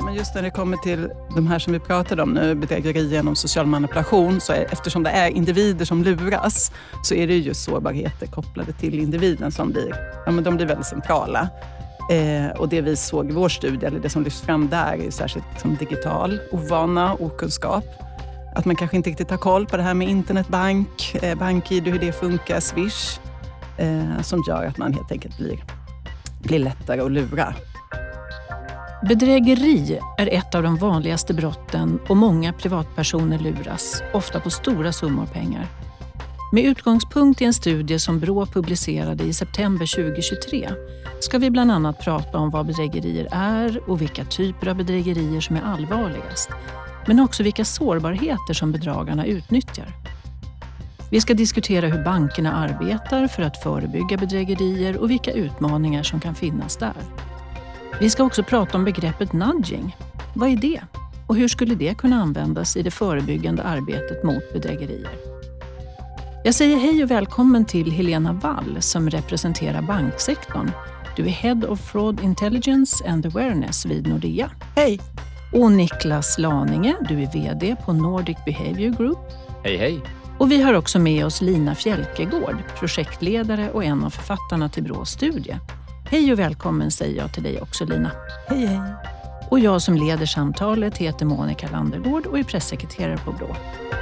men just när det kommer till de här som vi pratade om nu, bedrägeri genom social manipulation, så eftersom det är individer som luras så är det just sårbarheter kopplade till individen som de blir väldigt centrala. Och det vi såg i vår studie, eller det som lyfts fram där, är särskilt liksom digital ovana, okunskap. Att man kanske inte riktigt har koll på det här med internetbank, BankID, hur det funkar, Swish, som gör att man helt enkelt blir lättare att lura. Bedrägeri är ett av de vanligaste brotten och många privatpersoner luras, ofta på stora summor pengar. Med utgångspunkt i en studie som Brå publicerade i september 2023 ska vi bland annat prata om vad bedrägerier är och vilka typer av bedrägerier som är allvarligast, men också vilka sårbarheter som bedragarna utnyttjar. Vi ska diskutera hur bankerna arbetar för att förebygga bedrägerier och vilka utmaningar som kan finnas där. Vi ska också prata om begreppet nudging. Vad är det? Och hur skulle det kunna användas i det förebyggande arbetet mot bedrägerier? Jag säger hej och välkommen till Helena Wall som representerar banksektorn. Du är Head of Fraud Intelligence and Awareness vid Nordea. Hej! Och Niklas Laninge, du är vd på Nordic Behavior Group. Hej, hej! Och vi har också med oss Lina Fjälkegård, projektledare och en av författarna till Brås studie. Hej och välkommen säger jag till dig också, Lina. Hej, hej! Och jag som leder samtalet heter Monica Landergård och är pressekreterare på Brå.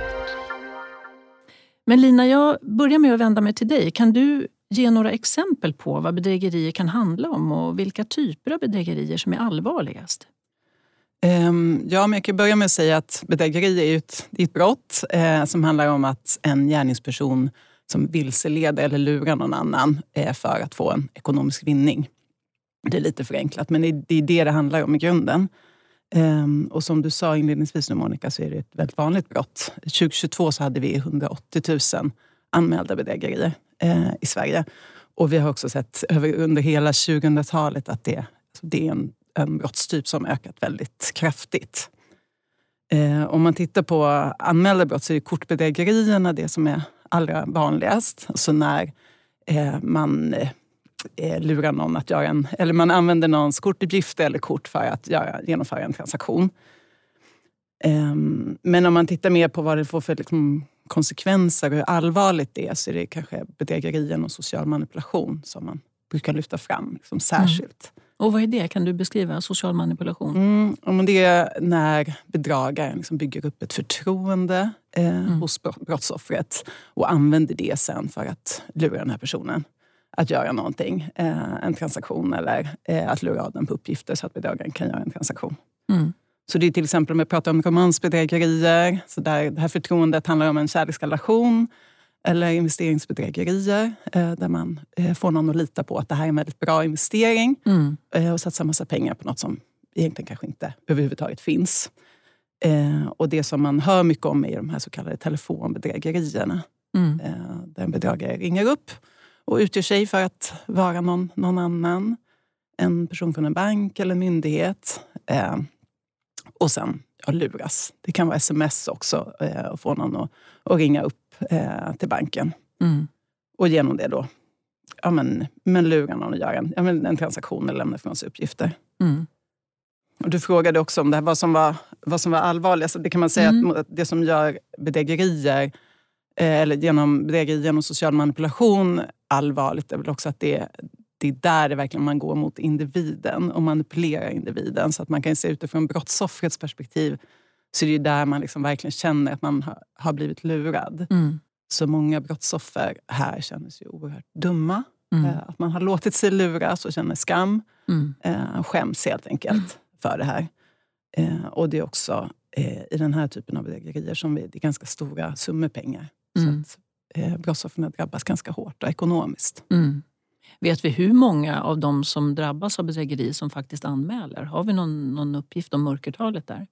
Men Lina, jag börjar med att vända mig till dig. Kan du ge några exempel på vad bedrägerier kan handla om och vilka typer av bedrägerier som är allvarligast? Ja, men jag kan börja med att säga att bedrägeri är ett brott som handlar om att en gärningsperson som vilseleder eller lurar någon annan för att få en ekonomisk vinning. Det är lite förenklat, men det är det handlar om i grunden. Och som du sa inledningsvis nu, Monica, så är det ett väldigt vanligt brott. 2022 så hade vi 180 000 anmälda bedrägerier i Sverige. Och vi har också sett under hela 2000-talet att det är en brottstyp som ökat väldigt kraftigt. Om man tittar på anmälda brott så är kortbedrägerierna det som är allra vanligast. Alltså när man lurar någon att göra eller man använder någons kortuppgifter eller kort för att genomföra en transaktion. Men om man tittar mer på vad det får för konsekvenser och hur allvarligt det är, så är det kanske bedrägerien och social manipulation som man brukar lyfta fram särskilt. Och vad är det? Kan du beskriva social manipulation? Det är när bedragaren bygger upp ett förtroende hos brottsoffret och använder det sen för att lura den här personen att göra någonting. En transaktion eller att lura av den på uppgifter så att bedragaren kan göra en transaktion. Så det är till exempel om vi pratar om romansbedrägerier. Så där det här förtroendet handlar om en kärleksrelation. Eller investeringsbedrägerier där man får någon att lita på att det här är en väldigt bra investering. Och satsa massa pengar på något som egentligen kanske inte överhuvudtaget finns. Och det som man hör mycket om är de här så kallade telefonbedrägerierna. Där en bedragare ringer upp och utger sig för att vara någon annan. En person från en bank eller en myndighet. Och sen luras. Det kan vara sms också och få någon att ringa upp till banken. Och genom det då men lura någon att göra en transaktion eller lämna från sig uppgifter. Och du frågade också om det här, vad som var allvarligast. Det kan man säga att det som gör bedrägerier eller bedrägerier genom social manipulation allvarligt är väl också att det är där det verkligen man går mot individen och manipulerar individen. Så att man kan se utifrån brottsoffrets perspektiv så är det ju där man verkligen känner att man har blivit lurad. Så många brottsoffer här känner sig oerhört dumma. Att man har låtit sig luras och känner skam. Skäms helt enkelt för det här. Och det är också i den här typen av bedrägerier som det är ganska stora summor pengar. Så att brottsoffren drabbas ganska hårt och ekonomiskt. Vet vi hur många av de som drabbas av bedrägeri som faktiskt anmäler? Har vi någon uppgift om mörkertalet där?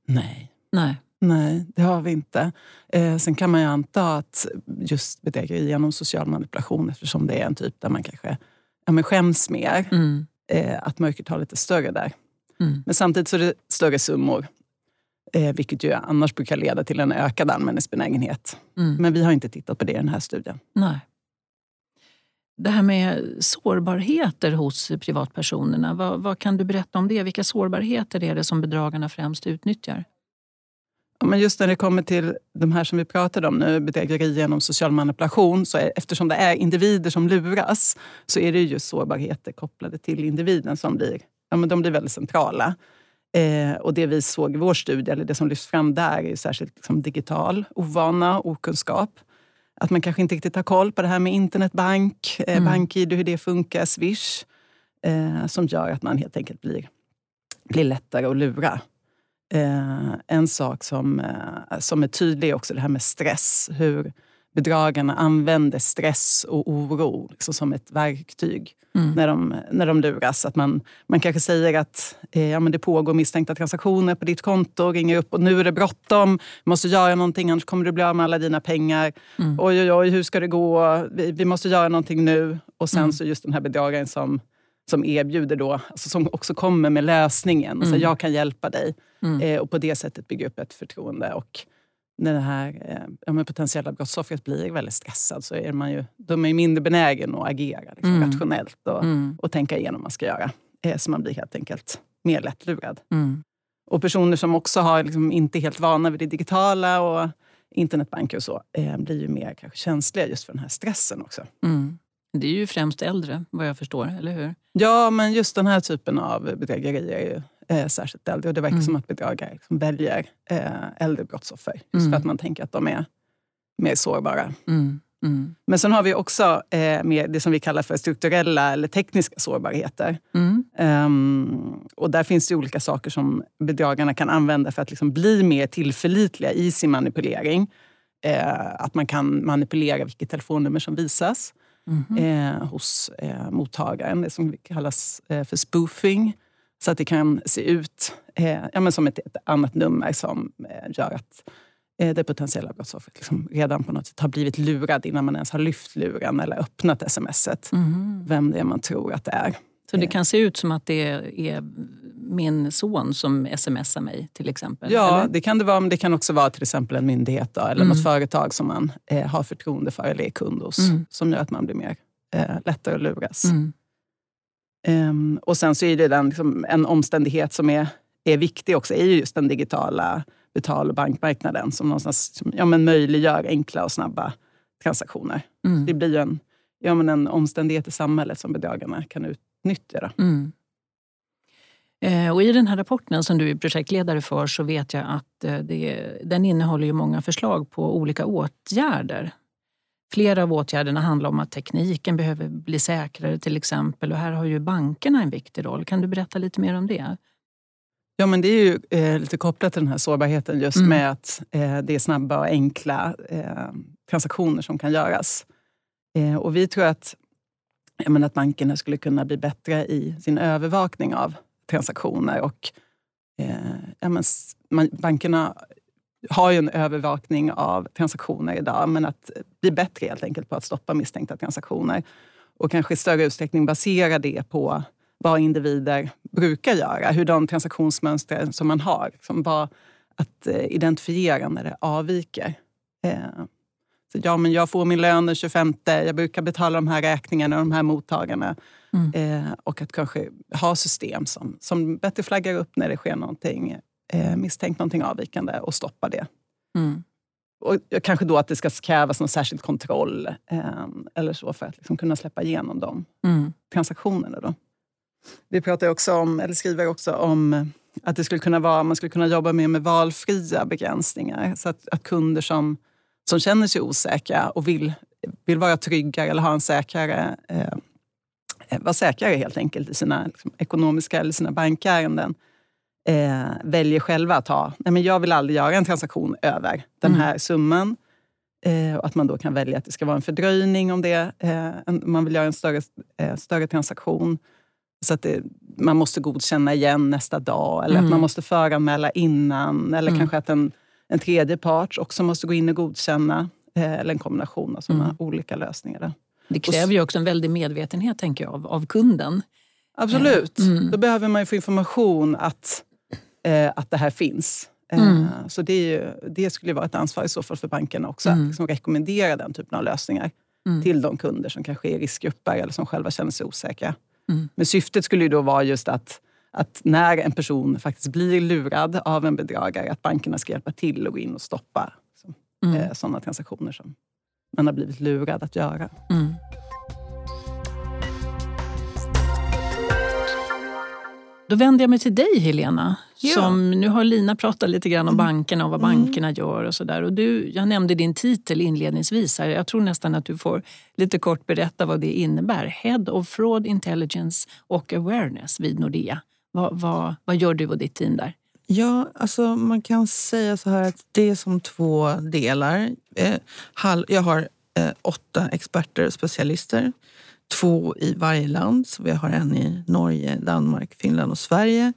Nej, det har vi inte. Sen kan man ju anta att just bedrägeri genom social manipulation, eftersom det är en typ där man kanske skäms mer, att mörkertalet är större där. Men samtidigt så är det större summor, vilket ju annars brukar leda till en ökad anmälningsbenägenhet. Men vi har inte tittat på det i den här studien. Nej. Det här med sårbarheter hos privatpersonerna, vad kan du berätta om det? Vilka sårbarheter är det som bedragarna främst utnyttjar? Ja, men just när det kommer till de här som vi pratade om nu, bedrägeri genom social manipulation, så eftersom det är individer som luras så är det just sårbarheter kopplade till individen som de blir väldigt centrala. Och det vi såg i vår studie, eller det som lyfts fram där, är särskilt liksom digital ovana, okunskap. Att man kanske inte riktigt har koll på det här med internetbank, BankID, hur det funkar, Swish. Som gör att man helt enkelt blir lättare att lura. En sak som är tydlig är också det här med stress. Hur bedragarna använder stress och oro liksom som ett verktyg när de luras. Att man kanske säger att men det pågår misstänkta transaktioner på ditt konto, ringer upp och nu är det bråttom, måste göra någonting annars kommer du bli av med alla dina pengar. Oj, hur ska det gå? Vi måste göra någonting nu. Och sen så just den här bedragaren som erbjuder då, alltså som också kommer med lösningen. Alltså, jag kan hjälpa dig. Och på det sättet bygga upp ett förtroende. Och när det här potentiella brottsoffret blir väldigt stressad så är de är mindre benägen att agera rationellt och tänka igenom vad man ska göra. Så man blir helt enkelt mer lättlurad. Och personer som också har liksom inte helt vana vid det digitala och internetbanker och så blir ju mer kanske känsliga just för den här stressen också. Det är ju främst äldre, vad jag förstår, eller hur? Ja, men just den här typen av bedrägerier är ju särskilt äldre. Och det verkar som att bedragare liksom väljer äldre brottsoffer. Just för att man tänker att de är mer sårbara. Men sen har vi också med det som vi kallar för strukturella eller tekniska sårbarheter. Och där finns det olika saker som bedragarna kan använda för att liksom bli mer tillförlitliga i sin manipulering. Att man kan manipulera vilket telefonnummer som visas hos mottagaren. Det som kallas för spoofing. Så att det kan se ut som ett annat nummer som gör att det potentiella brottsoffret liksom redan på något sätt har blivit lurad innan man ens har lyft luren eller öppnat sms:et. Vem det är man tror att det är. Så det kan se ut som att det är min son som smsar mig till exempel? Ja, eller? Det kan det vara. Men det kan också vara till exempel en myndighet då, eller något företag som man har förtroende för eller är kund hos. Som gör att man blir mer lättare att luras. Och sen så är det liksom en omständighet som är viktig också. Är just den digitala betal- och bankmarknaden som någonstans möjliggör enkla och snabba transaktioner. Det blir ju en omständighet i samhället som bedragarna kan utnyttja. Och i den här rapporten som du är projektledare för så vet jag att den innehåller ju många förslag på olika åtgärder. Flera av åtgärderna handlar om att tekniken behöver bli säkrare till exempel. Och här har ju bankerna en viktig roll. Kan du berätta lite mer om det? Ja, men det är ju lite kopplat till den här sårbarheten just med att det är snabba och enkla transaktioner som kan göras. Och vi tror att bankerna skulle kunna bli bättre i sin övervakning av transaktioner. Och bankerna har ju en övervakning av transaktioner idag, men att bli bättre helt enkelt på att stoppa misstänkta transaktioner. Och kanske i större utsträckning basera det på vad individer brukar göra. Hur de transaktionsmönster som man har. Liksom att identifiera när det avviker. Så jag får min lön den 25. Jag brukar betala de här räkningarna och de här mottagarna. Och att kanske ha system som bättre flaggar upp när det sker någonting. Misstänkt någonting avvikande och stoppa det. Och kanske då att det ska krävas någon särskild kontroll. Eller så för att liksom kunna släppa igenom de transaktionerna då. Vi pratar också om, eller skriver också om att det skulle kunna vara, man skulle kunna jobba med valfria begränsningar. Så att kunder som känner sig osäkra och vill vara tryggare eller ha en säkrare, vara säkrare helt enkelt i sina liksom, ekonomiska eller sina bankärenden. Väljer själva att jag vill aldrig göra en transaktion över den här summan. Och att man då kan välja att det ska vara en fördröjning om det. Man vill göra en större transaktion. Så att man måste godkänna igen nästa dag. Eller att man måste föranmäla innan. Eller kanske att en tredje part också måste gå in och godkänna. Eller en kombination av sådana olika lösningar. Där. Det kräver ju också en väldig medvetenhet, tänker jag, av kunden. Absolut. Då behöver man ju få information att det här finns. Så det skulle vara ett ansvar i så fall för bankerna också. Att liksom rekommendera den typen av lösningar. till de kunder som kanske är i riskgrupper eller som själva känner sig osäkra. Men syftet skulle ju då vara just att när en person faktiskt blir lurad av en bedragare, att bankerna ska hjälpa till och gå in och stoppa sådana transaktioner som man har blivit lurad att göra. Då vänder jag mig till dig, Helena. Ja. Som, nu har Lina pratat lite grann om bankerna och vad bankerna gör och sådär. Och jag nämnde din titel inledningsvis här. Jag tror nästan att du får lite kort berätta vad det innebär. Head of Fraud Intelligence och Awareness vid Nordea. Vad gör du och ditt team där? Ja, alltså man kan säga så här att det är som 2 delar. Jag har 8 experter och specialister. 2 i varje land. Så vi har en i Norge, Danmark, Finland och Sverige.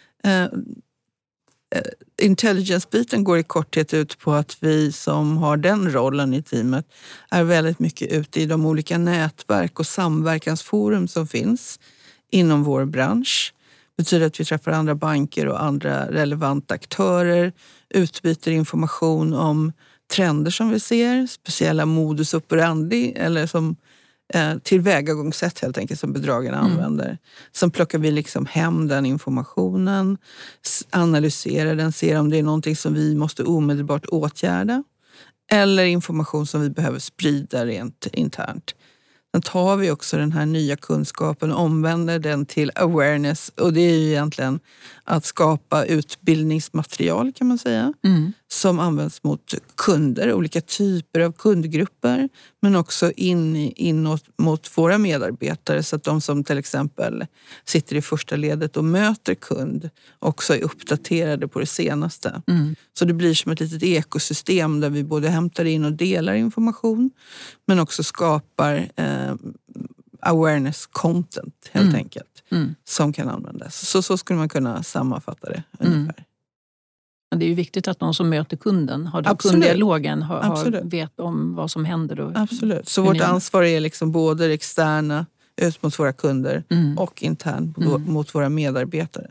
Intelligence-biten går i korthet ut på att vi som har den rollen i teamet är väldigt mycket ute i de olika nätverk och samverkansforum som finns inom vår bransch. Det betyder att vi träffar andra banker och andra relevanta aktörer, utbyter information om trender som vi ser, speciella modus operandi eller som tillvägagångssätt helt enkelt som bedragarna använder. Sen plockar vi liksom hem den informationen, analyserar den, ser om det är någonting som vi måste omedelbart åtgärda eller information som vi behöver sprida rent internt. Sen tar vi också den här nya kunskapen och omvänder den till awareness, och det är ju egentligen att skapa utbildningsmaterial kan man säga som används mot kunder, olika typer av kundgrupper, men också inåt mot våra medarbetare så att de som till exempel sitter i första ledet och möter kund också är uppdaterade på det senaste. Så det blir som ett litet ekosystem där vi både hämtar in och delar information men också skapar awareness content helt enkelt som kan användas. Så skulle man kunna sammanfatta det ungefär. Det är ju viktigt att någon som möter kunden har kunddialogen, vet om vad som händer. Och absolut. Så vårt ansvar är liksom både externa ut mot våra kunder och internt mot våra medarbetare.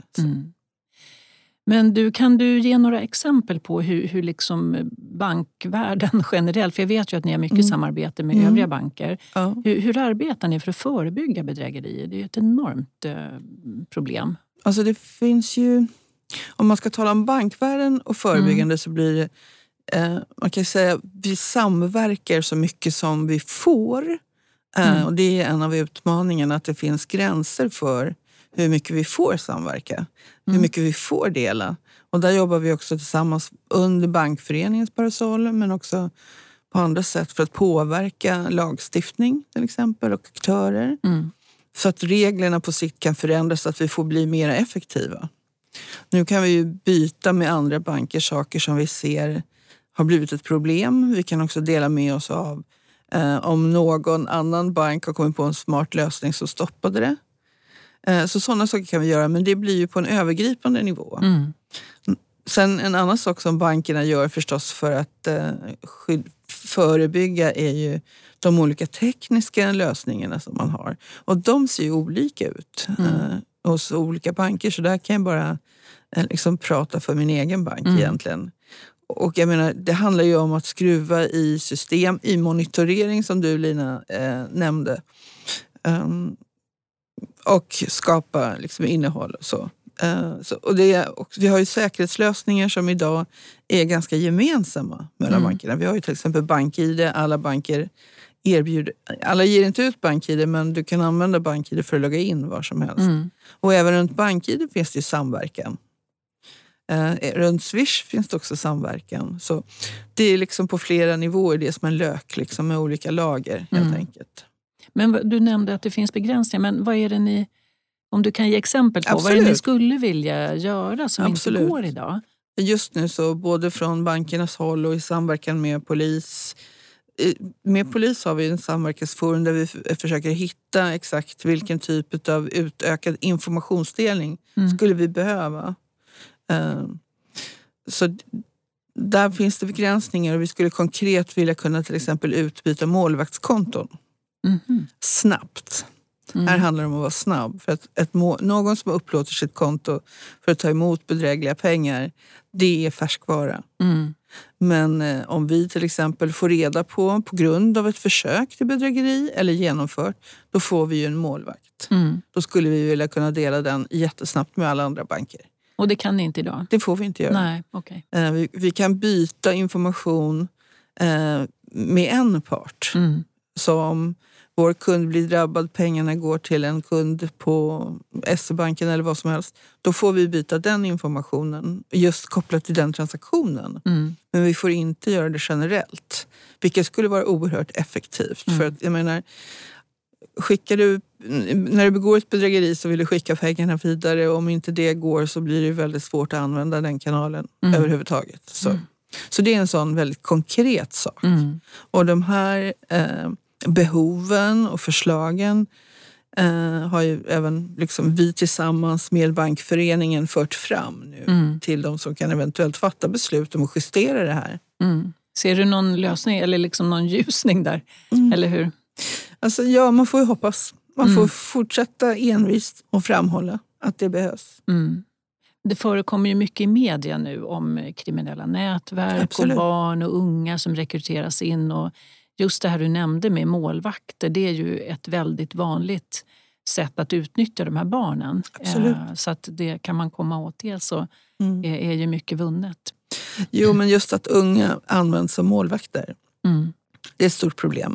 Men kan du ge några exempel på hur liksom bankvärlden generellt, för jag vet ju att ni har mycket samarbete med övriga banker. Ja. Hur arbetar ni för att förebygga bedrägerier? Det är ju ett enormt problem. Alltså det finns ju, om man ska tala om bankvärlden och förebyggande så blir det, man kan säga vi samverkar så mycket som vi får. Och det är en av utmaningarna, att det finns gränser för hur mycket vi får samverka, hur mycket vi får dela. Och där jobbar vi också tillsammans under bankföreningens parasoll, men också på andra sätt för att påverka lagstiftning till exempel och aktörer. Så att reglerna på sikt kan förändras så att vi får bli mer effektiva. Nu kan vi ju byta med andra banker saker som vi ser har blivit ett problem. Vi kan också dela med oss av om någon annan bank har kommit på en smart lösning så stoppade det. Så sådana saker kan vi göra, men det blir ju på en övergripande nivå. Sen en annan sak som bankerna gör förstås för att förebygga är ju de olika tekniska lösningarna som man har. Och de ser ju olika ut hos olika banker, så där kan jag bara liksom prata för min egen bank egentligen. Och jag menar, det handlar ju om att skruva i system, i monitorering som du Lina nämnde. Och skapa liksom innehåll och så. Och vi har ju säkerhetslösningar som idag är ganska gemensamma mellan bankerna. Vi har ju till exempel BankID, alla banker erbjuder, alla ger inte ut BankID, men du kan använda BankID för att logga in var som helst. Och även runt BankID finns det ju samverkan. Runt Swish finns det också samverkan. Så det är liksom på flera nivåer, det är som en lök liksom, med olika lager helt enkelt. Men du nämnde att det finns begränsningar, men vad är det ni, om du kan ge exempel på, vad är det ni skulle vilja göra som inte går idag? Just nu så både från bankernas håll och i samverkan med polis. Med polis har vi en samverkansforum där vi försöker hitta exakt vilken typ av utökad informationsdelning skulle vi behöva. Så där finns det begränsningar och vi skulle konkret vilja kunna till exempel utbyta målvaktskonton snabbt. Här handlar det om att vara snabb. För att någon som upplåter sitt konto för att ta emot bedrägliga pengar, det är färskvara. Men om vi till exempel får reda på grund av ett försök till bedrägeri eller genomfört, då får vi ju en målvakt. Då skulle vi vilja kunna dela den jättesnabbt med alla andra banker. Och det kan ni inte idag? Det får vi inte göra. Nej, okay. Vi kan byta information med en part. Så om vår kund blir drabbad, pengarna går till en kund på SE-banken eller vad som helst, då får vi byta den informationen just kopplat till den transaktionen. Men vi får inte göra det generellt, vilket skulle vara oerhört effektivt. För att jag menar, när du begår ett bedrägeri så vill du skicka pengarna vidare, och om inte det går så blir det väldigt svårt att använda den kanalen överhuvudtaget. Så det är en sån väldigt konkret sak. Och de här behoven och förslagen har ju även liksom vi tillsammans med Bankföreningen fört fram nu till de som kan eventuellt fatta beslut om att justera det här. Ser du någon lösning eller liksom någon ljusning där? Eller hur? Alltså ja, man får ju hoppas. Man får fortsätta envist och framhålla att det behövs. Det förekommer ju mycket i media nu om kriminella nätverk. Absolut. Och barn och unga som rekryteras in, och just det här du nämnde med målvakter, det är ju ett väldigt vanligt sätt att utnyttja de här barnen. Absolut. Så att det kan man komma åt det, så är ju mycket vunnet. Jo, men just att unga används som målvakter, det är ett stort problem.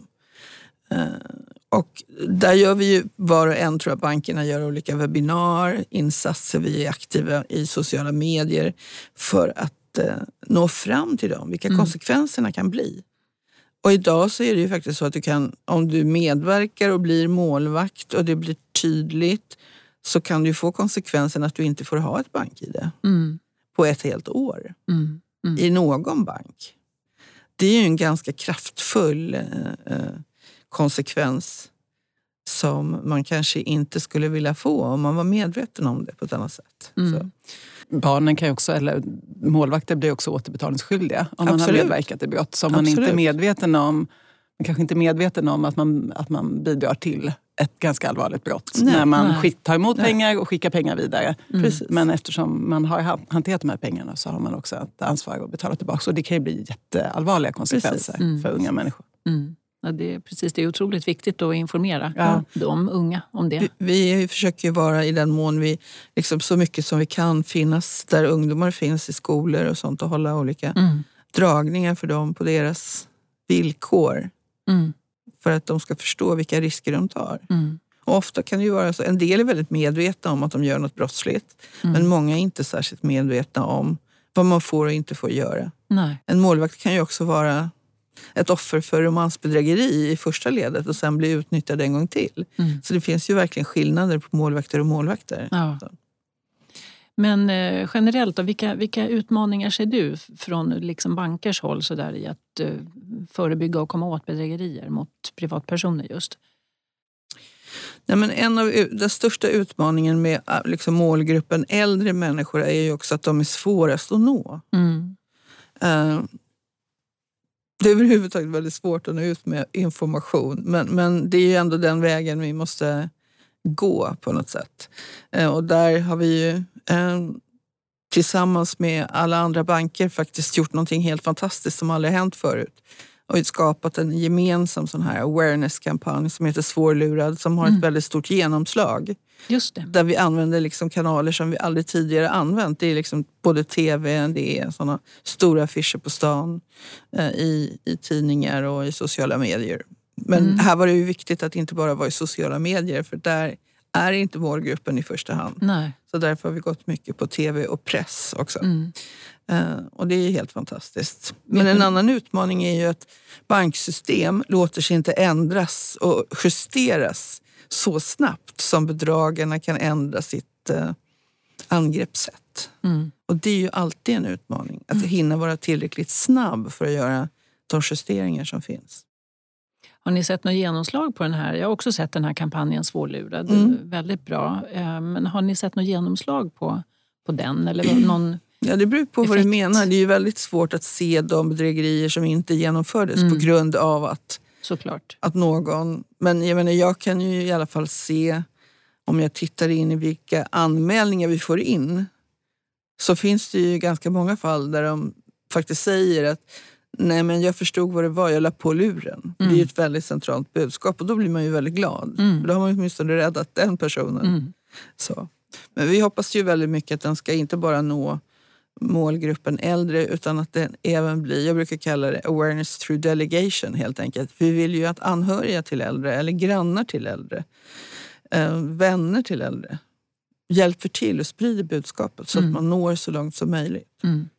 Och där gör vi ju var och en, tror jag, bankerna gör olika webbinar, insatser, vi är aktiva i sociala medier för att nå fram till dem, vilka konsekvenserna kan bli. Och idag så är det ju faktiskt så att du kan, om du medverkar och blir målvakt och det blir tydligt, så kan du få konsekvensen att du inte får ha ett bank-ID på ett helt år i någon bank. Det är ju en ganska kraftfull konsekvens som man kanske inte skulle vilja få om man var medveten om det på ett annat sätt. Så. Barnen kan ju också, eller målvakter blir också återbetalningsskyldiga om man har medverkat i brott. Så om man inte är medveten om, man kanske inte är medveten om att man bidrar till ett ganska allvarligt brott. När man tar emot pengar och skickar pengar vidare. Men eftersom man har hanterat de här pengarna så har man också ett ansvar att betala tillbaka. Så det kan ju bli jätteallvarliga konsekvenser för unga människor. Ja, det är otroligt viktigt att informera de unga om det. Vi försöker ju vara, i den mån vi liksom, så mycket som vi kan, finnas där ungdomar finns i skolor och sånt, och hålla olika dragningar för dem på deras villkor. För att de ska förstå vilka risker de tar. Och ofta kan det ju vara så, en del är väldigt medvetna om att de gör något brottsligt, men många är inte särskilt medvetna om vad man får och inte får göra. Nej. En målvakt kan ju också vara ett offer för romansbedrägeri i första ledet och sen bli utnyttjad en gång till. Så det finns ju verkligen skillnader på målvakter och målvakter. Ja. Men generellt då, vilka utmaningar ser du från liksom bankers håll så där, i att förebygga och komma åt bedrägerier mot privatpersoner just? Nej, men en av den största utmaningen med liksom målgruppen äldre människor är ju också att de är svårast att nå. Det är överhuvudtaget väldigt svårt att nå ut med information. Men det är ju ändå den vägen vi måste gå på något sätt. Och där har vi ju tillsammans med alla andra banker faktiskt gjort någonting helt fantastiskt som aldrig hänt förut. Och skapat en gemensam sån här awareness-kampanj som heter Svårlurad, som har ett väldigt stort genomslag. Just det. Där vi använder liksom kanaler som vi aldrig tidigare använt. Det är liksom både tv, det är såna stora affischer på stan, i tidningar och i sociala medier. Men här var det ju viktigt att inte bara vara i sociala medier, för där är inte målgruppen i första hand. Nej. Så därför har vi gått mycket på tv och press också. Och det är helt fantastiskt. Men en annan utmaning är ju att banksystem låter sig inte ändras och justeras så snabbt som bedragarna kan ändra sitt angreppssätt. Och det är ju alltid en utmaning. Att hinna vara tillräckligt snabb för att göra de justeringar som finns. Har ni sett något genomslag på den här? Jag har också sett den här kampanjen Svårlurad. Väldigt bra. Men har ni sett något genomslag på den? Eller någon Ja, det beror på vad du menar. Det är ju väldigt svårt att se de bedrägerier som inte genomfördes på grund av att såklart. Att någon, men jag menar, jag kan ju i alla fall se, om jag tittar in i vilka anmälningar vi får in, så finns det ju ganska många fall där de faktiskt säger att nej, men jag förstod vad det var, jag la på luren. Det är ju ett väldigt centralt budskap och då blir man ju väldigt glad. Då har man ju åtminstone räddat den personen. Så. Men vi hoppas ju väldigt mycket att den ska inte bara nå målgruppen äldre, utan att den även blir, jag brukar kalla det awareness through delegation helt enkelt. Vi vill ju att anhöriga till äldre eller grannar till äldre, vänner till äldre hjälper till och sprider budskapet så att man når så långt som möjligt.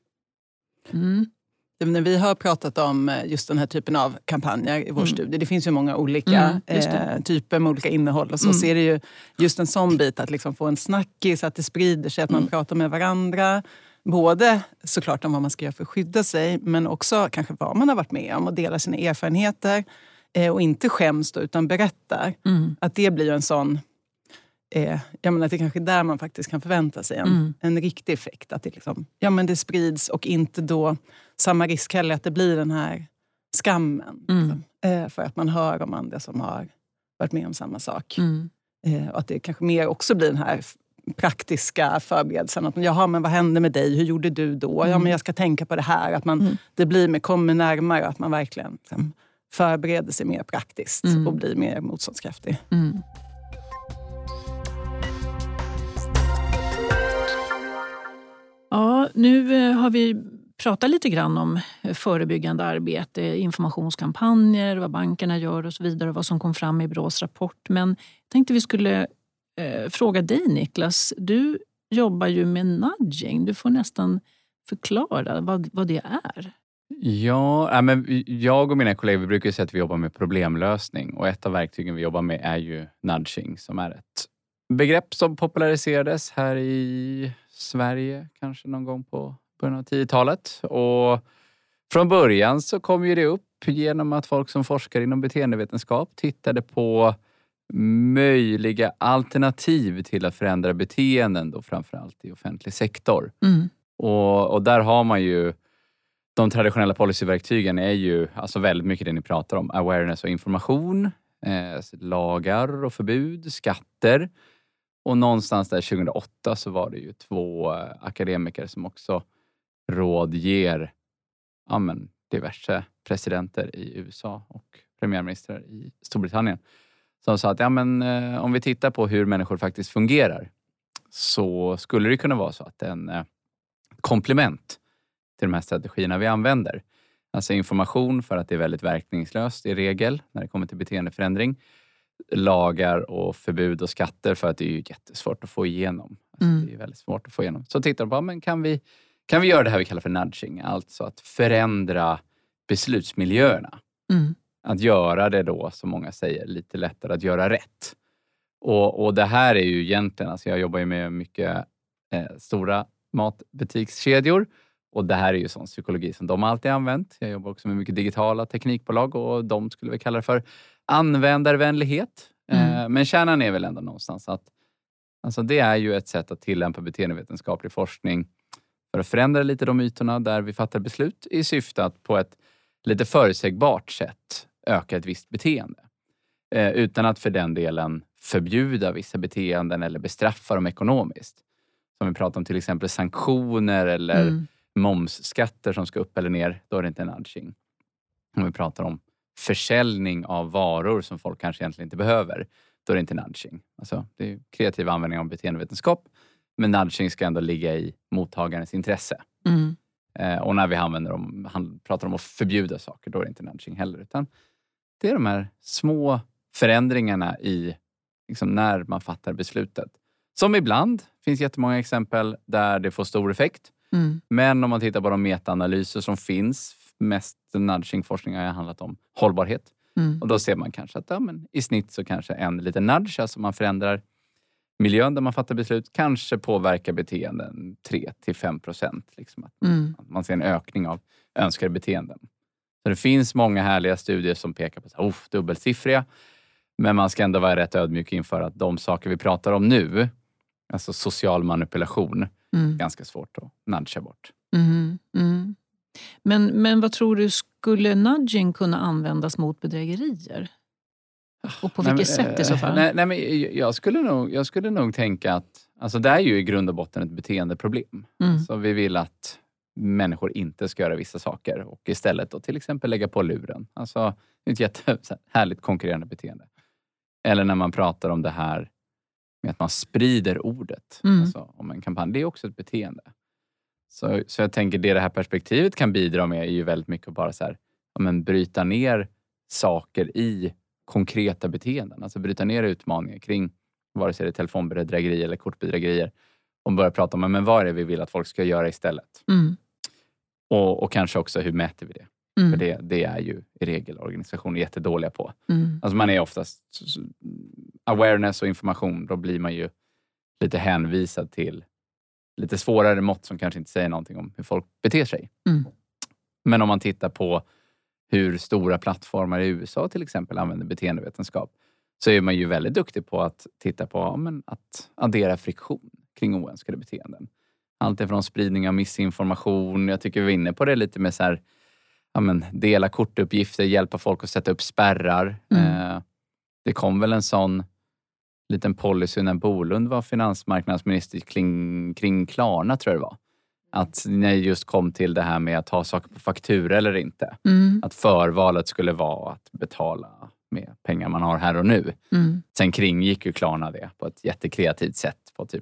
När vi har pratat om just den här typen av kampanjer i vår studie, det finns ju många olika typer med olika innehåll och så är det ju just en sån bit att liksom få en snackis, att det sprider sig, att man pratar med varandra. Både såklart om vad man ska göra för att skydda sig, men också kanske vad man har varit med om och delar sina erfarenheter och inte skäms då, utan berättar. Att det blir ju en sån, jag menar att det kanske är där man faktiskt kan förvänta sig en riktig effekt. Att det liksom, ja men det sprids och inte då samma risk heller att det blir den här skammen. Liksom, för att man hör om andra som har varit med om samma sak. Och att det kanske mer också blir den här praktiska förberedelsen. Att, jaha, men vad hände med dig? Hur gjorde du då? Ja, men jag ska tänka på det här. Att man, det blir mer, kommer närmare, att man verkligen liksom, förbereder sig mer praktiskt och blir mer motståndskraftig. Ja, nu har vi pratat lite grann om förebyggande arbete, informationskampanjer, vad bankerna gör och så vidare, och vad som kom fram i Brås rapport. Men jag tänkte vi skulle fråga dig, Niklas. Du jobbar ju med nudging. Du får nästan förklara vad det är. Ja, men jag och mina kollegor brukar säga att vi jobbar med problemlösning. Och ett av verktygen vi jobbar med är ju nudging, som är ett begrepp som populariserades här i Sverige kanske någon gång på början av 10-talet. Och från början så kom ju det upp genom att folk som forskar inom beteendevetenskap tittade på möjliga alternativ till att förändra beteenden då, framförallt i offentlig sektor. Och där har man ju de traditionella policyverktygen är ju alltså väldigt mycket det ni pratar om. Awareness och information, lagar och förbud, skatter. Och någonstans där 2008 så var det ju 2 akademiker som också rådger diverse presidenter i USA och premiärministrar i Storbritannien. Som sa att om vi tittar på hur människor faktiskt fungerar, så skulle det kunna vara så att en komplement till de här strategierna vi använder. Alltså information, för att det är väldigt verkningslöst i regel när det kommer till beteendeförändring. Lagar och förbud och skatter, för att det är ju jättesvårt att få igenom. Alltså det är väldigt svårt att få igenom. Så tittar de på, men kan vi göra det här vi kallar för nudging? Alltså att förändra beslutsmiljöerna. Att göra det då, som många säger, lite lättare att göra rätt. Och det här är ju egentligen, alltså jag jobbar ju med mycket stora matbutikskedjor. Och det här är ju sån psykologi som de alltid använt. Jag jobbar också med mycket digitala teknikbolag och de skulle vi kalla det för användarvänlighet. Men kärnan är väl ändå någonstans att alltså det är ju ett sätt att tillämpa beteendevetenskaplig forskning för att förändra lite de ytorna där vi fattar beslut i syfte att på ett lite förutsägbart sätt öka ett visst beteende. Utan att för den delen förbjuda vissa beteenden eller bestraffa dem ekonomiskt. Som vi pratar om till exempel sanktioner eller momsskatter som ska upp eller ner, då är det inte en nudging. Om vi pratar om försäljning av varor som folk kanske egentligen inte behöver, då är det inte nudging. Alltså, det är kreativ användning av beteendevetenskap, men nudging ska ändå ligga i mottagarens intresse. Och när vi pratar om att förbjuda saker, då är det inte nudging heller, utan det är de här små förändringarna i liksom, när man fattar beslutet. Som ibland finns jättemånga exempel där det får stor effekt. Men om man tittar på de metaanalyser som finns, mest nudging-forskning har handlat om hållbarhet. Och då ser man kanske att i snitt så kanske en liten nudge, alltså man förändrar miljön där man fattar beslut, kanske påverkar beteenden 3-5%. Liksom, att man ser en ökning av önskade beteenden. Så det finns många härliga studier som pekar på dubbelsiffriga. Men man ska ändå vara rätt ödmjuk inför att de saker vi pratar om nu, alltså social manipulation, ganska svårt att nudga bort. Men vad tror du, skulle nudging kunna användas mot bedrägerier? Och på vilket sätt i så fall? Nej, men jag skulle nog tänka att alltså det är ju i grund och botten ett beteendeproblem. Så vi vill att människor inte ska göra vissa saker och istället då till exempel lägga på luren. Alltså ett jättehärligt konkurrerande beteende. Eller när man pratar om det här med att man sprider ordet alltså, om en kampanj. Det är också ett beteende. Så jag tänker det här perspektivet kan bidra med är ju väldigt mycket att bara så här, bryta ner saker i konkreta beteenden. Alltså bryta ner utmaningar kring vare sig det är telefonbedrägerier eller kortbedrägerier. Och börja prata om men vad är det vi vill att folk ska göra istället. Och kanske också hur mäter vi det. För det är ju i regel organisationer jättedåliga på. Alltså man är oftast awareness och information. Då blir man ju lite hänvisad till lite svårare mått som kanske inte säger någonting om hur folk beter sig. Men om man tittar på hur stora plattformar i USA till exempel använder beteendevetenskap så är man ju väldigt duktig på att titta på att addera friktion kring oönskade beteenden. Allt ifrån spridning av missinformation. Jag tycker vi är inne på det lite med så här, dela kortuppgifter, hjälpa folk att sätta upp spärrar. Det kom väl en sån liten policy när Bolund var finansmarknadsminister kring Klarna tror jag det var. Att när just kom till det här med att ha saker på faktura eller inte. Att förvalet skulle vara att betala med pengar man har här och nu. Sen kringgick ju Klarna det på ett jättekreativt sätt på typ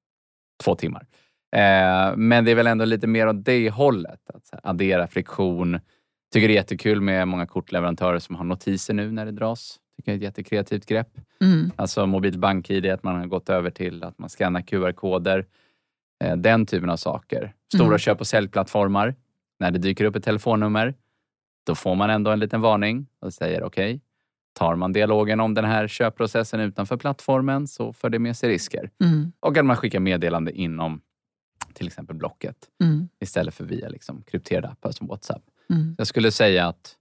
2 timmar. Men det är väl ändå lite mer åt det hållet. Att addera friktion. Tycker det är jättekul med många kortleverantörer som har notiser nu när det dras. Tycker det är ett jättekreativt grepp. Alltså mobilt bank-id, att man har gått över till att man skannar QR-koder. Den typen av saker. Stora köp- och säljplattformar. När det dyker upp ett telefonnummer. Då får man ändå en liten varning. Och säger okej. Tar man dialogen om den här köpprocessen utanför plattformen så för det med sig risker. Och att man skickar meddelande inom till exempel Blocket. Istället för via liksom krypterade appar som WhatsApp. Jag skulle säga att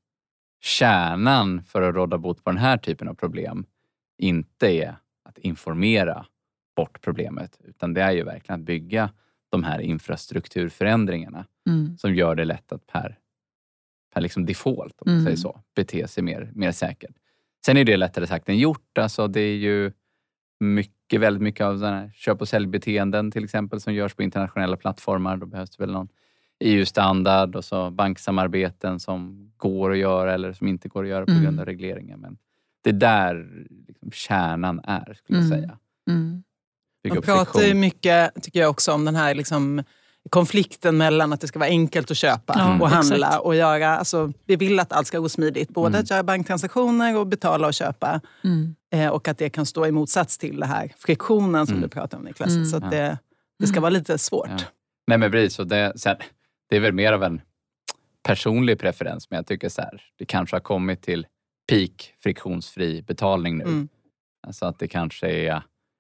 kärnan för att råda bot på den här typen av problem inte är att informera bort problemet. Utan det är ju verkligen att bygga de här infrastrukturförändringarna som gör det lätt att per liksom default, om man säger så, bete sig mer säkert. Sen är det lättare sagt än gjort. Alltså det är ju väldigt mycket av sådana här köp- och säljbeteenden till exempel som görs på internationella plattformar. Då behövs det väl någon EU-standard och så banksamarbeten som går att göra eller som inte går att göra på grund av regleringar. Men det är där liksom kärnan är, skulle jag säga. Man pratar ju mycket, tycker jag också, om den här liksom konflikten mellan att det ska vara enkelt att köpa och handla. Exakt. Och göra, alltså, vi vill att allt ska gå smidigt. Både att göra banktransaktioner och betala och köpa. Och att det kan stå i motsats till det här friktionen som du pratar om, Niklas. Så att det ska vara lite svårt. Ja. Nej men precis, och det är väl mer av en personlig preferens. Men jag tycker så här, det kanske har kommit till peak friktionsfri betalning nu. Alltså att det kanske är...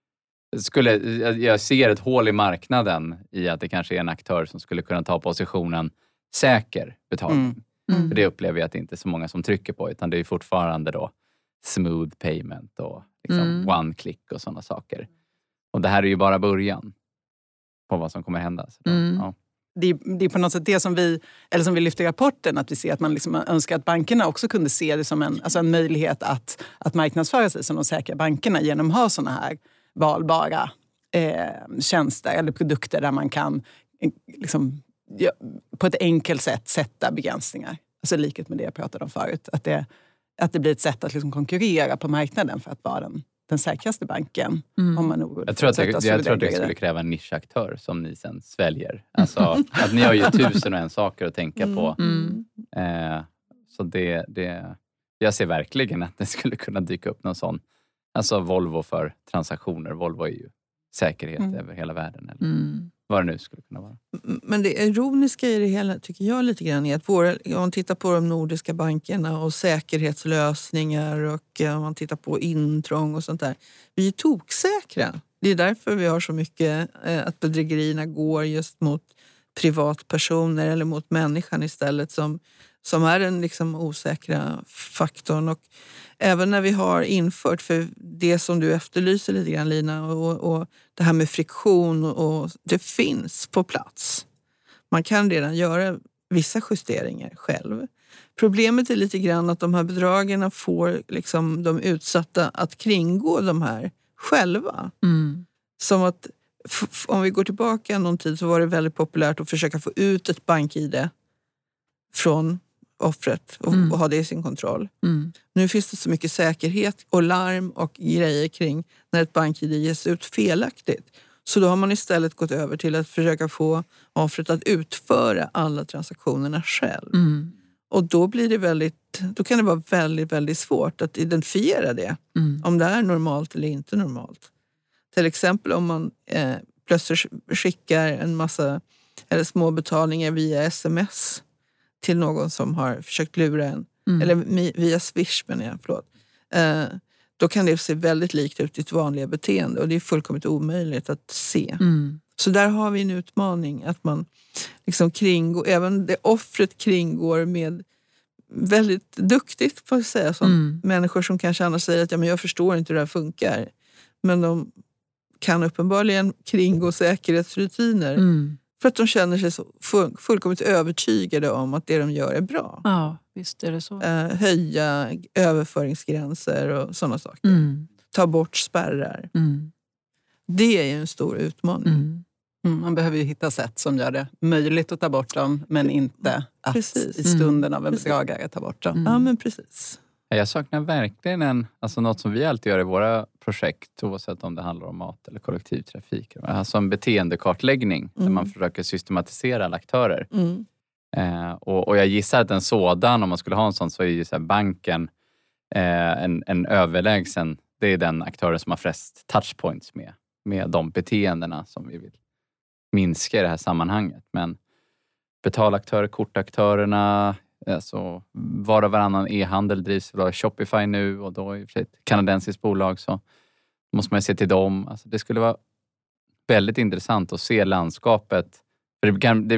Jag ser ett hål i marknaden i att det kanske är en aktör som skulle kunna ta positionen säker betalning. För det upplever jag att det inte är så många som trycker på, utan det är fortfarande då smooth payment och liksom one click och sådana saker. Och det här är ju bara början på vad som kommer hända. Så då, ja. Det är på något sätt det som vi lyfter i rapporten, att vi ser att man liksom önskar att bankerna också kunde se det som en möjlighet att marknadsföra sig som de säkra bankerna genom att ha sådana här valbara tjänster eller produkter där man kan liksom, på ett enkelt sätt sätta begränsningar. Alltså likhet med det jag pratade om förut. Att det blir ett sätt att liksom konkurrera på marknaden för att vara den säkraste banken. Om man jag tror att det skulle kräva en nischaktör som ni sen sväljer. Alltså att ni har ju 1001 saker att tänka på. Så jag ser verkligen att det skulle kunna dyka upp någon sån. Alltså Volvo för transaktioner. Volvo är ju säkerhet över hela världen. Eller vad det nu skulle kunna vara. Men det ironiska i det hela tycker jag lite grann är att om man tittar på de nordiska bankerna och säkerhetslösningar och om man tittar på intrång och sånt där. Vi är toksäkra. Det är därför vi har så mycket att bedrägerierna går just mot privatpersoner eller mot människan istället som är den liksom osäkra faktorn. Och även när vi har infört, för det som du efterlyser lite grann Lina, och det här med friktion och det finns på plats. Man kan redan göra vissa justeringar själv. Problemet är lite grann att de här bedragarna får liksom de utsatta att kringgå de här själva. Som att om vi går tillbaka någon tid så var det väldigt populärt att försöka få ut ett bank-ID från offret och ha det i sin kontroll. Nu finns det så mycket säkerhet och larm och grejer kring när ett bank-ID ges ut felaktigt. Så då har man istället gått över till att försöka få offret att utföra alla transaktionerna själv. Och då blir det då kan det vara väldigt, väldigt svårt att identifiera det. Om det är normalt eller inte normalt. Till exempel om man plötsligt skickar en massa eller små betalningar via sms till någon som har försökt lura en. Eller via Swish menar jag, förlåt. Då kan det se väldigt likt ut i ett vanliga beteende. Och det är fullkomligt omöjligt att se. Så där har vi en utmaning. Att man liksom kringgår, även det offret kringgår med väldigt duktigt, får jag säga. Som människor som kanske annars säger att ja, men jag förstår inte hur det här funkar. Men de kan uppenbarligen kringgå säkerhetsrutiner. För att de känner sig så fullkomligt övertygade om att det de gör är bra. Ja, visst är det så. Höja överföringsgränser och sådana saker. Ta bort spärrar. Det är ju en stor utmaning. Man behöver ju hitta sätt som gör det möjligt att ta bort dem, men inte att i stunden av en bedragare ta bort dem. Ja, men precis. Jag saknar verkligen något som vi alltid gör i våra projekt, oavsett om det handlar om mat eller kollektivtrafik. Alltså en beteendekartläggning där man försöker systematisera alla aktörer. Och jag gissar att en sådan, om man skulle ha en sån, så är ju så här banken en överlägsen. Det är den aktören som har flest touchpoints med de beteendena som vi vill minska i det här sammanhanget. Men betalaktörer, kortaktörerna, alltså var och varannan e-handel drivs av Shopify nu, och då är det ett kanadensiskt bolag, så måste man se till dem. Alltså det skulle vara väldigt intressant att se landskapet. För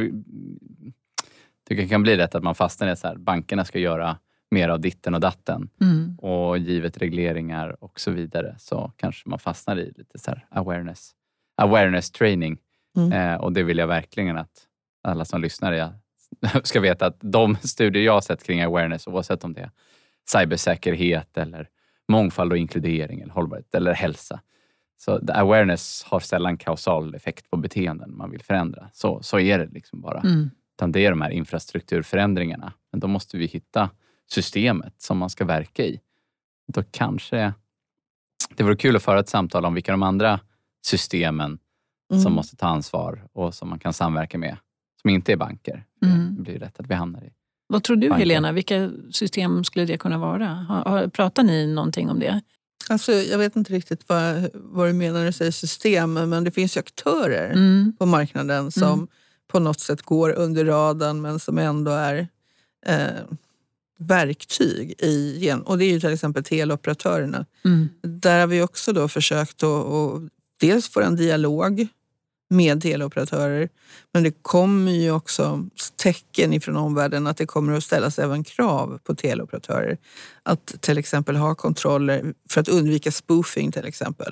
det kan bli rätt att man fastnar i så här, bankerna ska göra mer av ditten och datten. Och givet regleringar och så vidare, så kanske man fastnar i lite så här awareness training. Och det vill jag verkligen att alla som lyssnar ska veta, att de studier jag har sett kring awareness, oavsett om det är cybersäkerhet eller mångfald och inkludering eller hållbarhet eller hälsa, så awareness har sällan kausal effekt på beteenden man vill förändra. Så är det liksom bara. Utan det är de här infrastrukturförändringarna. Men då måste vi hitta systemet som man ska verka i. Då kanske det vore kul att föra ett samtal om vilka de andra systemen som måste ta ansvar och som man kan samverka med, som inte är banker. Det blir rätt att vi hamnar i. Vad tror du, banker. Helena? Vilka system skulle det kunna vara? Pratar ni någonting om det? Alltså, jag vet inte riktigt vad du menar när du säger system, men det finns ju aktörer på marknaden som på något sätt går under radarn, men som ändå är verktyg och det är ju till exempel teleoperatörerna. Där har vi också då försökt att dels få en dialog med teleoperatörer, men det kommer ju också tecken ifrån omvärlden att det kommer att ställas även krav på teleoperatörer att till exempel ha kontroller för att undvika spoofing till exempel.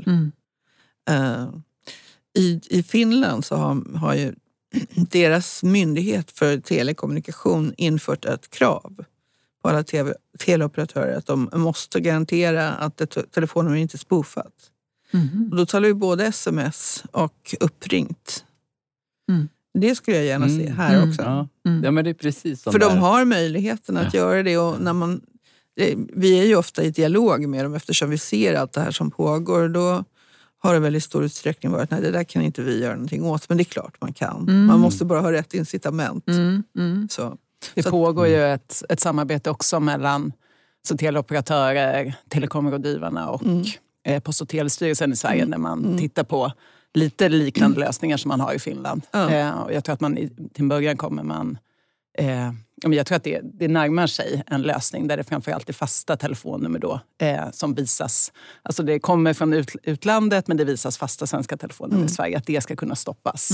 I Finland så har ju deras myndighet för telekommunikation infört ett krav på alla teleoperatörer att de måste garantera att telefonen inte är spoofat. Och då talar vi både sms och uppringt. Det skulle jag gärna se här också. Ja, men det är precis för de har möjligheten att göra det. Och när vi är ju ofta i dialog med dem eftersom vi ser allt det här som pågår. Då har det väldigt stor utsträckning varit nej, det där kan inte vi göra någonting åt. Men det är klart man kan. Man måste bara ha rätt incitament. Så. Det pågår ju ett samarbete också mellan teleoperatörer, telekområdgivarna och Post- och telestyrelsen i Sverige när man tittar på lite liknande lösningar som man har i Finland. Och jag tror att till en början kommer man... jag tror att det närmar sig en lösning där det framförallt är fasta telefonnummer då som visas. Alltså det kommer från utlandet, men det visas fasta svenska telefonnummer i Sverige. Att det ska kunna stoppas.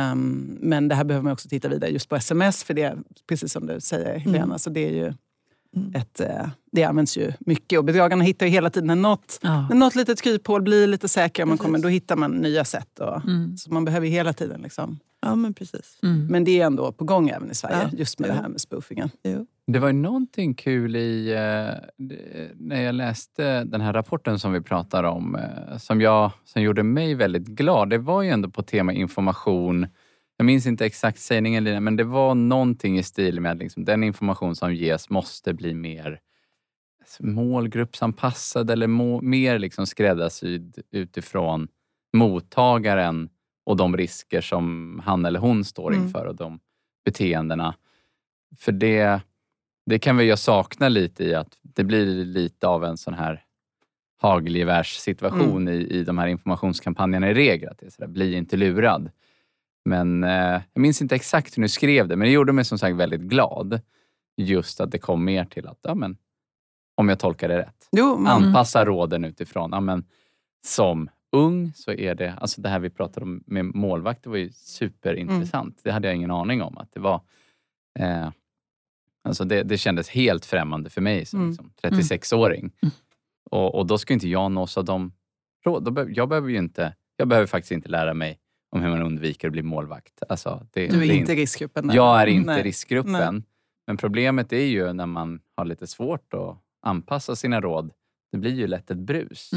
Men det här behöver man också titta vidare just på sms. För det är precis som du säger, Helena. Så det är ju det används ju mycket. Och bedragarna hittar ju hela tiden när något litet kryphål blir lite säkrare man kommer, då hittar man nya sätt. Så man behöver hela tiden liksom. Ja, men precis. Men det är ändå på gång även i Sverige, just med det här med spoofingen. Jo. Det var ju någonting kul i när jag läste den här rapporten som vi pratar om, som gjorde mig väldigt glad. Det var ju ändå på tema information. Jag minns inte exakt sägningen, Lina, men det var någonting i stil med att liksom, den information som ges måste bli mer målgruppsanpassad eller mer liksom skräddarsydd utifrån mottagaren och de risker som han eller hon står inför och de beteendena. För det kan vi ju sakna lite i att det blir lite av en sån här hagelgevärssituation i de här informationskampanjerna i regel. Att det är sådär, bli inte lurad. Men jag minns inte exakt hur ni skrev det, men det gjorde mig som sagt väldigt glad. Just att det kom mer till att, om jag tolkar det rätt, anpassa råden utifrån. Som ung så är det, alltså det här vi pratade om med målvakt, det var ju superintressant. Det hade jag ingen aning om att det var. Alltså det kändes helt främmande för mig som liksom 36-åring. Och då ska inte jag nås av de råd. Jag behöver faktiskt inte lära mig om hur man undviker att bli målvakt. Alltså, du är inte i riskgruppen. Jag är inte i riskgruppen. Nej. Men problemet är ju när man har lite svårt att anpassa sina råd. Det blir ju lätt ett brus.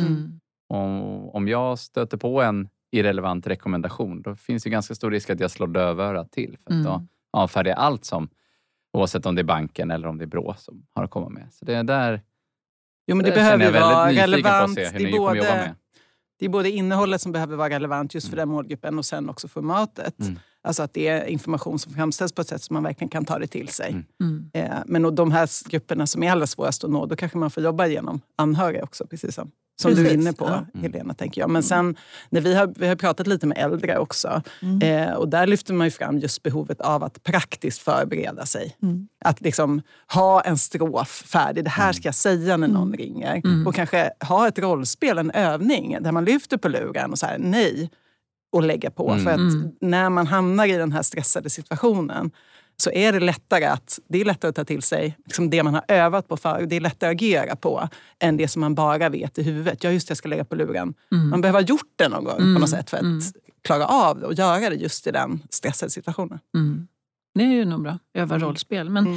Om jag stöter på en irrelevant rekommendation, då finns det ganska stor risk att jag slår dövörat till. För att då avfärdar jag allt som, oavsett om det är banken eller om det är Brå som har att komma med. Så det är där. Jo, men det behöver ju vara relevant. På att se hur ni kommer jobba med. Det är både innehållet som behöver vara relevant just för den målgruppen och sen också formatet. Alltså att det är information som framställs på ett sätt som man verkligen kan ta det till sig. Men de här grupperna som är allra svårast att nå, då kanske man får jobba igenom anhöriga också, precis som du är inne på, Helena, tänker jag. Men sen, när vi har pratat lite med äldre också, och där lyfter man ju fram just behovet av att praktiskt förbereda sig. Att liksom ha en strof färdig, det här ska jag säga när någon ringer. Och kanske ha ett rollspel, en övning, där man lyfter på luren och så här, nej, och lägga på. För att när man hamnar i den här stressade situationen så är det lättare att ta till sig liksom det man har övat på för. Det är lättare att agera på än det som man bara vet i huvudet. Ja, just det, jag ska lägga på luren. Man behöver ha gjort det någon gång på något sätt för att klara av det och göra det just i den stressade situationen. Det är ju nog bra. Öva rollspel. Men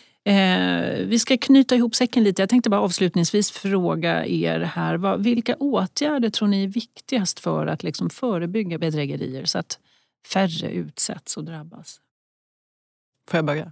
vi ska knyta ihop säcken lite. Jag tänkte bara avslutningsvis fråga er här. Vilka åtgärder tror ni är viktigast för att liksom förebygga bedrägerier så att färre utsätts och drabbas? Får jag börja?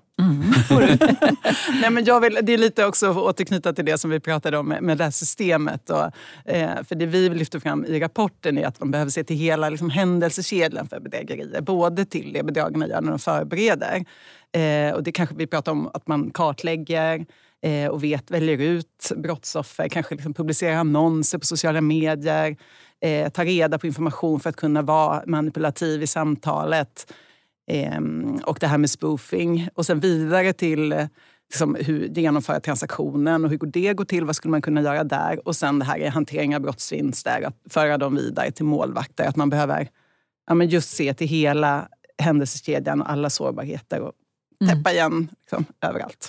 Nej, men det är lite också att återknyta till det som vi pratade om med det här systemet. För det vi lyfter fram i rapporten är att man behöver se till hela liksom, händelsekedjan för bedrägerier. Både till det bedragarna gör när de förbereder. Och det kanske vi pratar om att man kartlägger och väljer ut brottsoffer. Kanske liksom publicerar annonser på sociala medier. Tar reda på information för att kunna vara manipulativ i samtalet. Och det här med spoofing. Och sen vidare till liksom, hur genomföra transaktionen och hur det går till, vad skulle man kunna göra där. Och sen det här är hantering av brottsvinster, att föra dem vidare till målvakter. Att man behöver just se till hela händelsekedjan och alla sårbarheter och täppa igen liksom, överallt.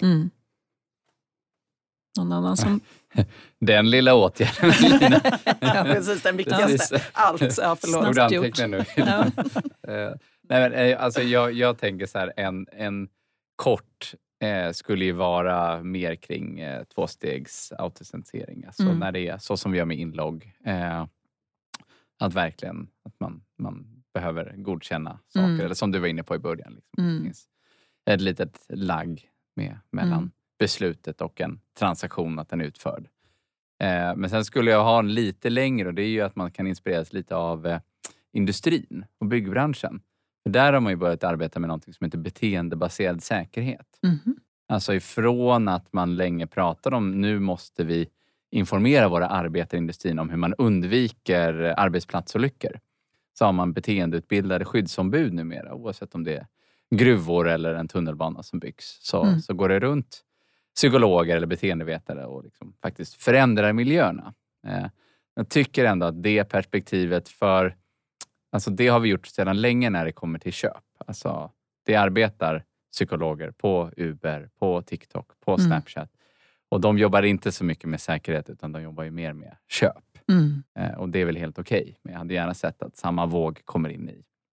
Någon annan som... Den lilla åtgärden. Ja, precis, den viktigaste. Allt, förlåt. Snabbt gjort. Nu. Nej, men, alltså, jag tänker så här, en kort skulle ju vara mer kring tvåstegs autentisering. Alltså när det är så som vi gör med inlogg. Att verkligen att man behöver godkänna saker. Eller som du var inne på i början. Liksom. Det finns ett litet lagg mellan beslutet och en transaktion att den är utförd. Men sen skulle jag ha en lite längre, och det är ju att man kan inspireras lite av industrin och byggbranschen. För där har man ju börjat arbeta med något som heter beteendebaserad säkerhet. Alltså ifrån att man länge pratar om nu måste vi informera våra arbetare i industrin om hur man undviker arbetsplatsolyckor. Så har man beteendeutbildade skyddsombud numera, oavsett om det är gruvor eller en tunnelbana som byggs. Så går det runt psykologer eller beteendevetare och liksom faktiskt förändrar miljöerna. Jag tycker ändå att det perspektivet alltså det har vi gjort sedan länge när det kommer till köp. Alltså det arbetar psykologer på Uber, på TikTok, på Snapchat. Och de jobbar inte så mycket med säkerhet utan de jobbar ju mer med köp. Och det är väl helt okej. Men jag hade gärna sett att samma våg kommer in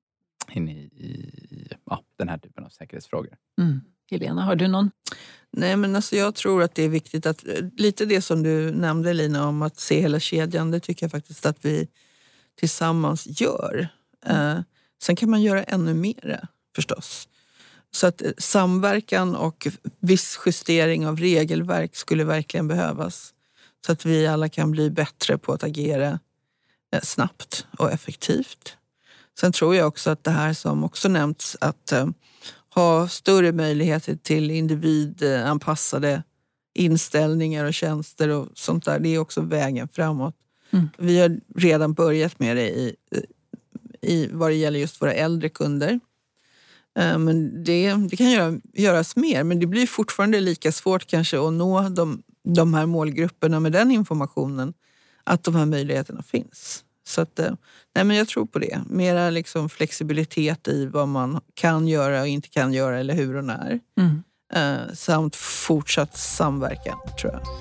i den här typen av säkerhetsfrågor. Helena, har du någon? Nej, men alltså jag tror att det är viktigt att lite det som du nämnde, Lina, om att se hela kedjan, det tycker jag faktiskt att vi tillsammans gör. Sen kan man göra ännu mer förstås. Så att samverkan och viss justering av regelverk skulle verkligen behövas. Så att vi alla kan bli bättre på att agera snabbt och effektivt. Sen tror jag också att det här som också nämnts, att ha större möjligheter till individanpassade inställningar och tjänster och sånt där, det är också vägen framåt. Vi har redan börjat med det i vad det gäller just våra äldre kunder. Men det kan göras mer, men det blir fortfarande lika svårt kanske att nå de här målgrupperna med den informationen, att de här möjligheterna finns. Så att, nej, men jag tror på det. Mera liksom flexibilitet i vad man kan göra och inte kan göra, eller hur och när. Samt fortsatt samverkan, tror jag.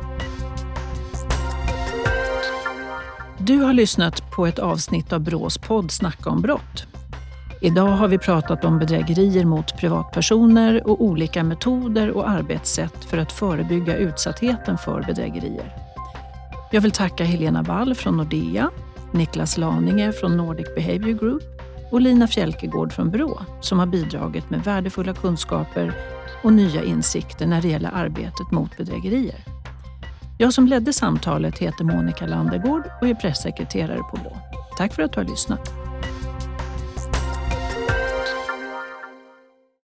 Du har lyssnat på ett avsnitt av Brås podd Snacka om brott. Idag har vi pratat om bedrägerier mot privatpersoner och olika metoder och arbetssätt för att förebygga utsattheten för bedrägerier. Jag vill tacka Helena Wall från Nordea, Niklas Laninge från Nordic Behavior Group och Lina Fjälkegård från Brå, som har bidragit med värdefulla kunskaper och nya insikter när det gäller arbetet mot bedrägerier. Jag som ledde samtalet heter Monica Landergård och är pressekreterare på Brå. Tack för att du har lyssnat.